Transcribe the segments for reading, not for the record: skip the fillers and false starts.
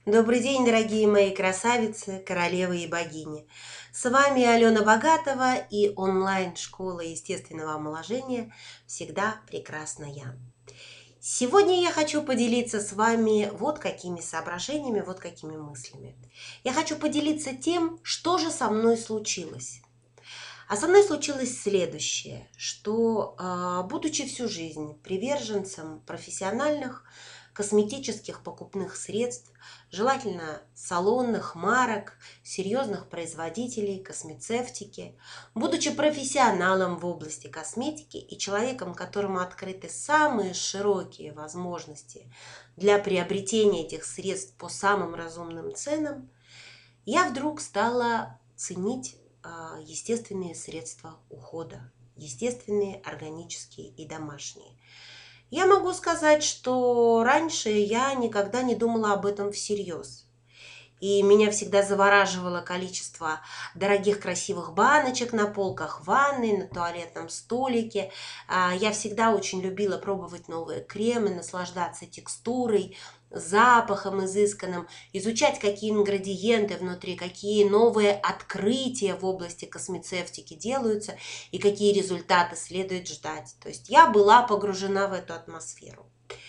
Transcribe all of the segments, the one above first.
Добрый день, дорогие мои красавицы, королевы и богини. С вами Алена Богатова и онлайн-школа естественного омоложения «Всегда прекрасная». Сегодня я хочу поделиться с вами вот какими соображениями, вот какими мыслями. Я хочу поделиться тем, что же со мной случилось. А со мной случилось следующее, что, будучи всю жизнь приверженцем профессиональных косметических покупных средств, желательно салонных марок, серьезных производителей космецевтики, будучи профессионалом в области косметики и человеком, которому открыты самые широкие возможности для приобретения этих средств по самым разумным ценам, я вдруг стала ценить естественные средства ухода, естественные, органические и домашние. Я могу сказать, что раньше я никогда не думала об этом всерьез. И меня всегда завораживало количество дорогих красивых баночек на полках ванной, на туалетном столике. Я всегда очень любила пробовать новые кремы, наслаждаться текстурой, запахом изысканным, изучать, какие ингредиенты внутри, какие новые открытия в области космецевтики делаются и какие результаты следует ждать. То есть я была погружена в эту атмосферу.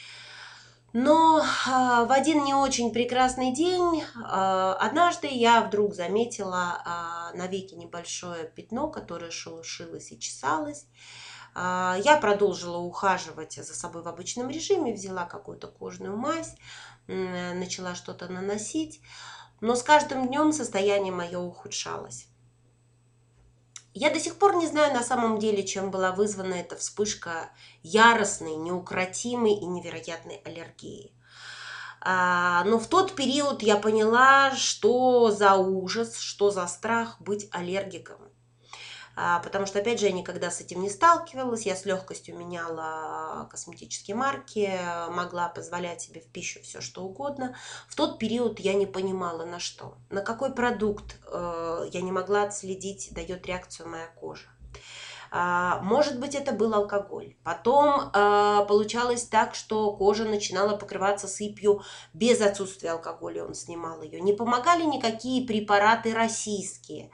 Но в один не очень прекрасный день однажды я вдруг заметила на веке небольшое пятно, которое шелушилось и чесалось. Я продолжила ухаживать за собой в обычном режиме, взяла какую-то кожную мазь, начала что-то наносить, но с каждым днем состояние мое ухудшалось. Я до сих пор не знаю на самом деле, чем была вызвана эта вспышка яростной, неукротимой и невероятной аллергии. Но в тот период я поняла, что за ужас, что за страх быть аллергиком. Потому что, опять же, я никогда с этим не сталкивалась, я с легкостью меняла косметические марки, могла позволять себе в пищу все, что угодно. В тот период я не понимала, на что, на какой продукт я не могла отследить, дает реакцию моя кожа. Может быть, это был алкоголь. Потом получалось так, что кожа начинала покрываться сыпью без отсутствия алкоголя, он снимал ее. Не помогали никакие препараты российские.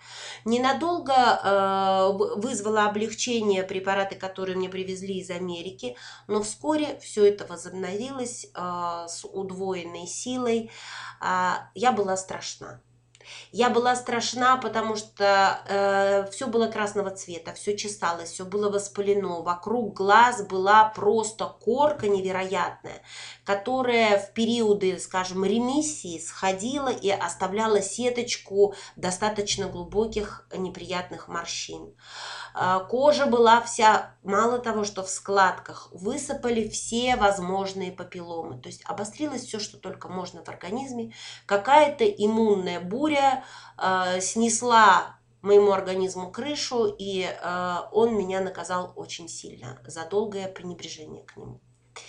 Ненадолго вызвало облегчение препараты, которые мне привезли из Америки, но вскоре все это возобновилось с удвоенной силой. Я была страшна. Я была страшна, потому что все было красного цвета, все чесалось, все было воспалено. Вокруг глаз была просто корка невероятная, которая в периоды, скажем, ремиссии сходила и оставляла сеточку достаточно глубоких неприятных морщин. Кожа была вся, мало того, что в складках, высыпали все возможные папилломы. То есть обострилось все, что только можно в организме. Какая-то иммунная буря снесла моему организму крышу, и он меня наказал очень сильно за долгое пренебрежение к нему.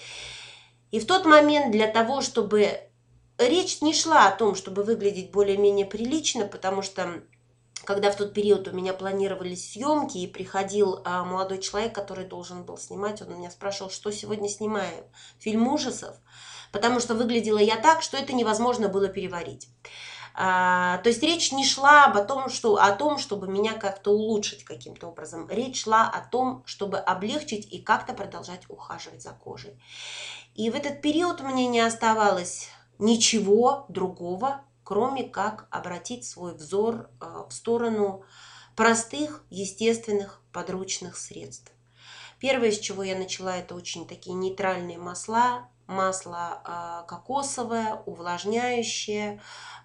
И в тот момент для того, чтобы речь не шла о том, чтобы выглядеть более-менее прилично, потому что когда в тот период у меня планировались съемки, и приходил молодой человек, который должен был снимать, он меня спрашивал, что сегодня снимаем, фильм ужасов, потому что выглядела я так, что это невозможно было переварить. То есть речь не шла о том, чтобы меня как-то улучшить каким-то образом. Речь шла о том, чтобы облегчить и как-то продолжать ухаживать за кожей. И в этот период мне не оставалось ничего другого, кроме как обратить свой взор в сторону простых, естественных, подручных средств. Первое, с чего я начала, это очень такие нейтральные масла. Масло кокосовое, увлажняющее,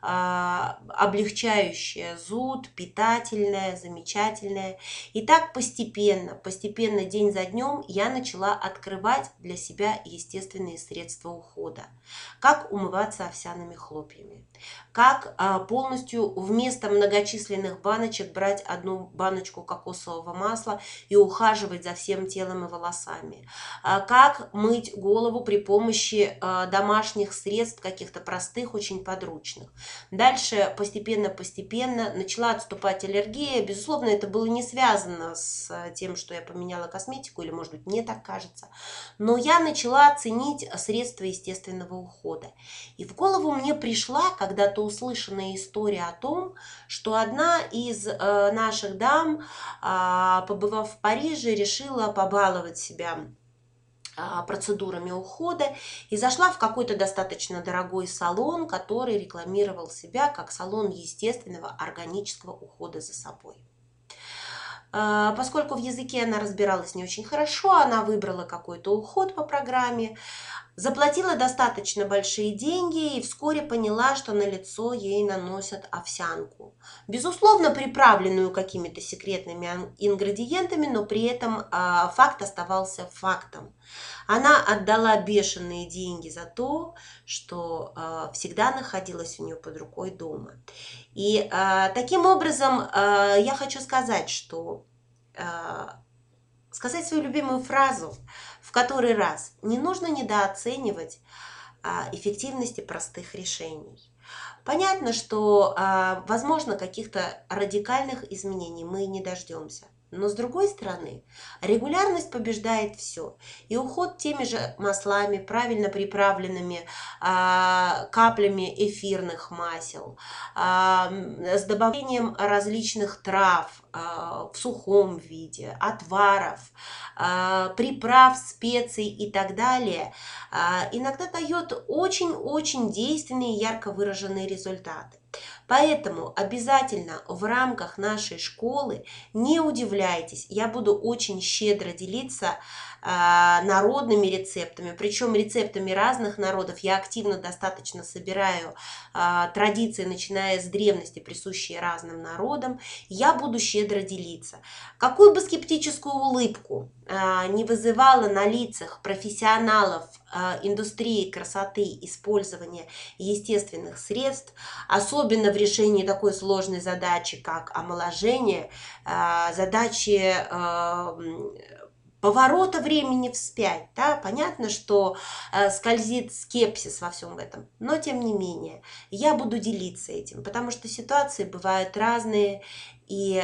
облегчающее зуд, питательное, замечательное. И так постепенно, день за днем я начала открывать для себя естественные средства ухода. Как умываться овсяными хлопьями, как полностью вместо многочисленных баночек брать одну баночку кокосового масла и ухаживать за всем телом и волосами, как мыть голову при помощи помощи домашних средств, каких-то простых, очень подручных. Дальше постепенно начала отступать аллергия. Безусловно, это было не связано с тем, что я поменяла косметику, или, может быть, мне так кажется. Но я начала ценить средства естественного ухода. И в голову мне пришла когда-то услышанная история о том, что одна из наших дам, побывав в Париже, решила побаловать себя процедурами ухода и зашла в какой-то достаточно дорогой салон, который рекламировал себя как салон естественного органического ухода за собой. Поскольку в языке она разбиралась не очень хорошо, она выбрала какой-то уход по программе, заплатила достаточно большие деньги и вскоре поняла, что на лицо ей наносят овсянку. Безусловно, приправленную какими-то секретными ингредиентами, но при этом факт оставался фактом. Она отдала бешеные деньги за то, что всегда находилась у нее под рукой дома. И таким образом я хочу сказать, что сказать свою любимую фразу в который раз: не нужно недооценивать эффективности простых решений. Понятно, что, возможно, каких-то радикальных изменений мы не дождемся. Но с другой стороны, регулярность побеждает все. И уход теми же маслами, правильно приправленными каплями эфирных масел, с добавлением различных трав в сухом виде, отваров, приправ, специй и так далее, иногда дает очень-очень действенные, ярко выраженные результаты. Поэтому обязательно в рамках нашей школы не удивляйтесь, я буду очень щедро делиться народными рецептами, причем рецептами разных народов. Я активно достаточно собираю традиции, начиная с древности, присущие разным народам. Я буду щедро делиться. Какую бы скептическую улыбку не вызывала на лицах профессионалов индустрии красоты использования естественных средств, особенно в решении такой сложной задачи, как омоложение, задачи поворота времени вспять, да, понятно, что скользит скепсис во всем этом, но тем не менее я буду делиться этим, потому что ситуации бывают разные, и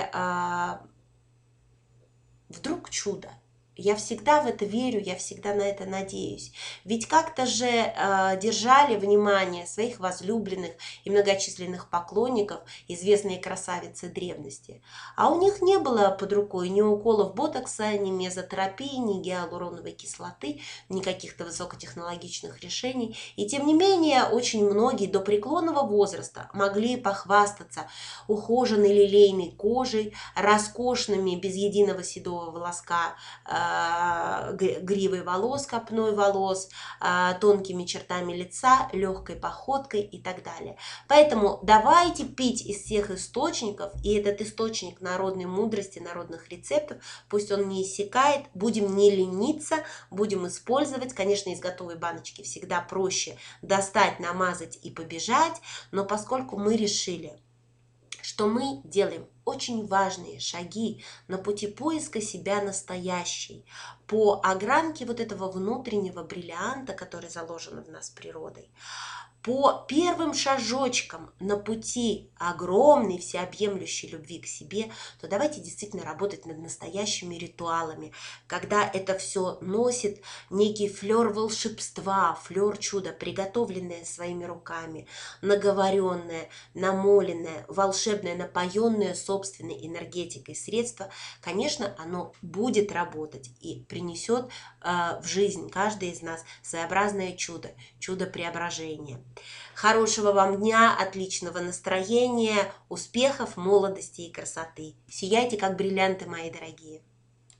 вдруг чудо. Я всегда в это верю, я всегда на это надеюсь. Ведь как-то же держали внимание своих возлюбленных и многочисленных поклонников известные красавицы древности. А у них не было под рукой ни уколов ботокса, ни мезотерапии, ни гиалуроновой кислоты, ни каких-то высокотехнологичных решений. И тем не менее, очень многие до преклонного возраста могли похвастаться ухоженной лилейной кожей, роскошными, без единого седого волоска, гривой волос, копной волос, тонкими чертами лица, легкой походкой и так далее. Поэтому давайте пить из всех источников, и этот источник народной мудрости, народных рецептов, пусть он не иссякает, будем не лениться, будем использовать. Конечно, из готовой баночки всегда проще достать, намазать и побежать, но поскольку мы решили, что мы делаем очень важные шаги на пути поиска себя настоящей, по огранке вот этого внутреннего бриллианта, который заложен в нас природой, по первым шажочкам на пути огромной всеобъемлющей любви к себе, то давайте действительно работать над настоящими ритуалами, когда это все носит некий флер волшебства, флер чуда, приготовленное своими руками, наговоренное, намоленное, волшебное, напоенное собственной энергетикой средство. Конечно, оно будет работать и принесет в жизнь каждый из нас своеобразное чудо, чудо преображения. Хорошего вам дня, отличного настроения, успехов, молодости и красоты. Сияйте, как бриллианты, мои дорогие.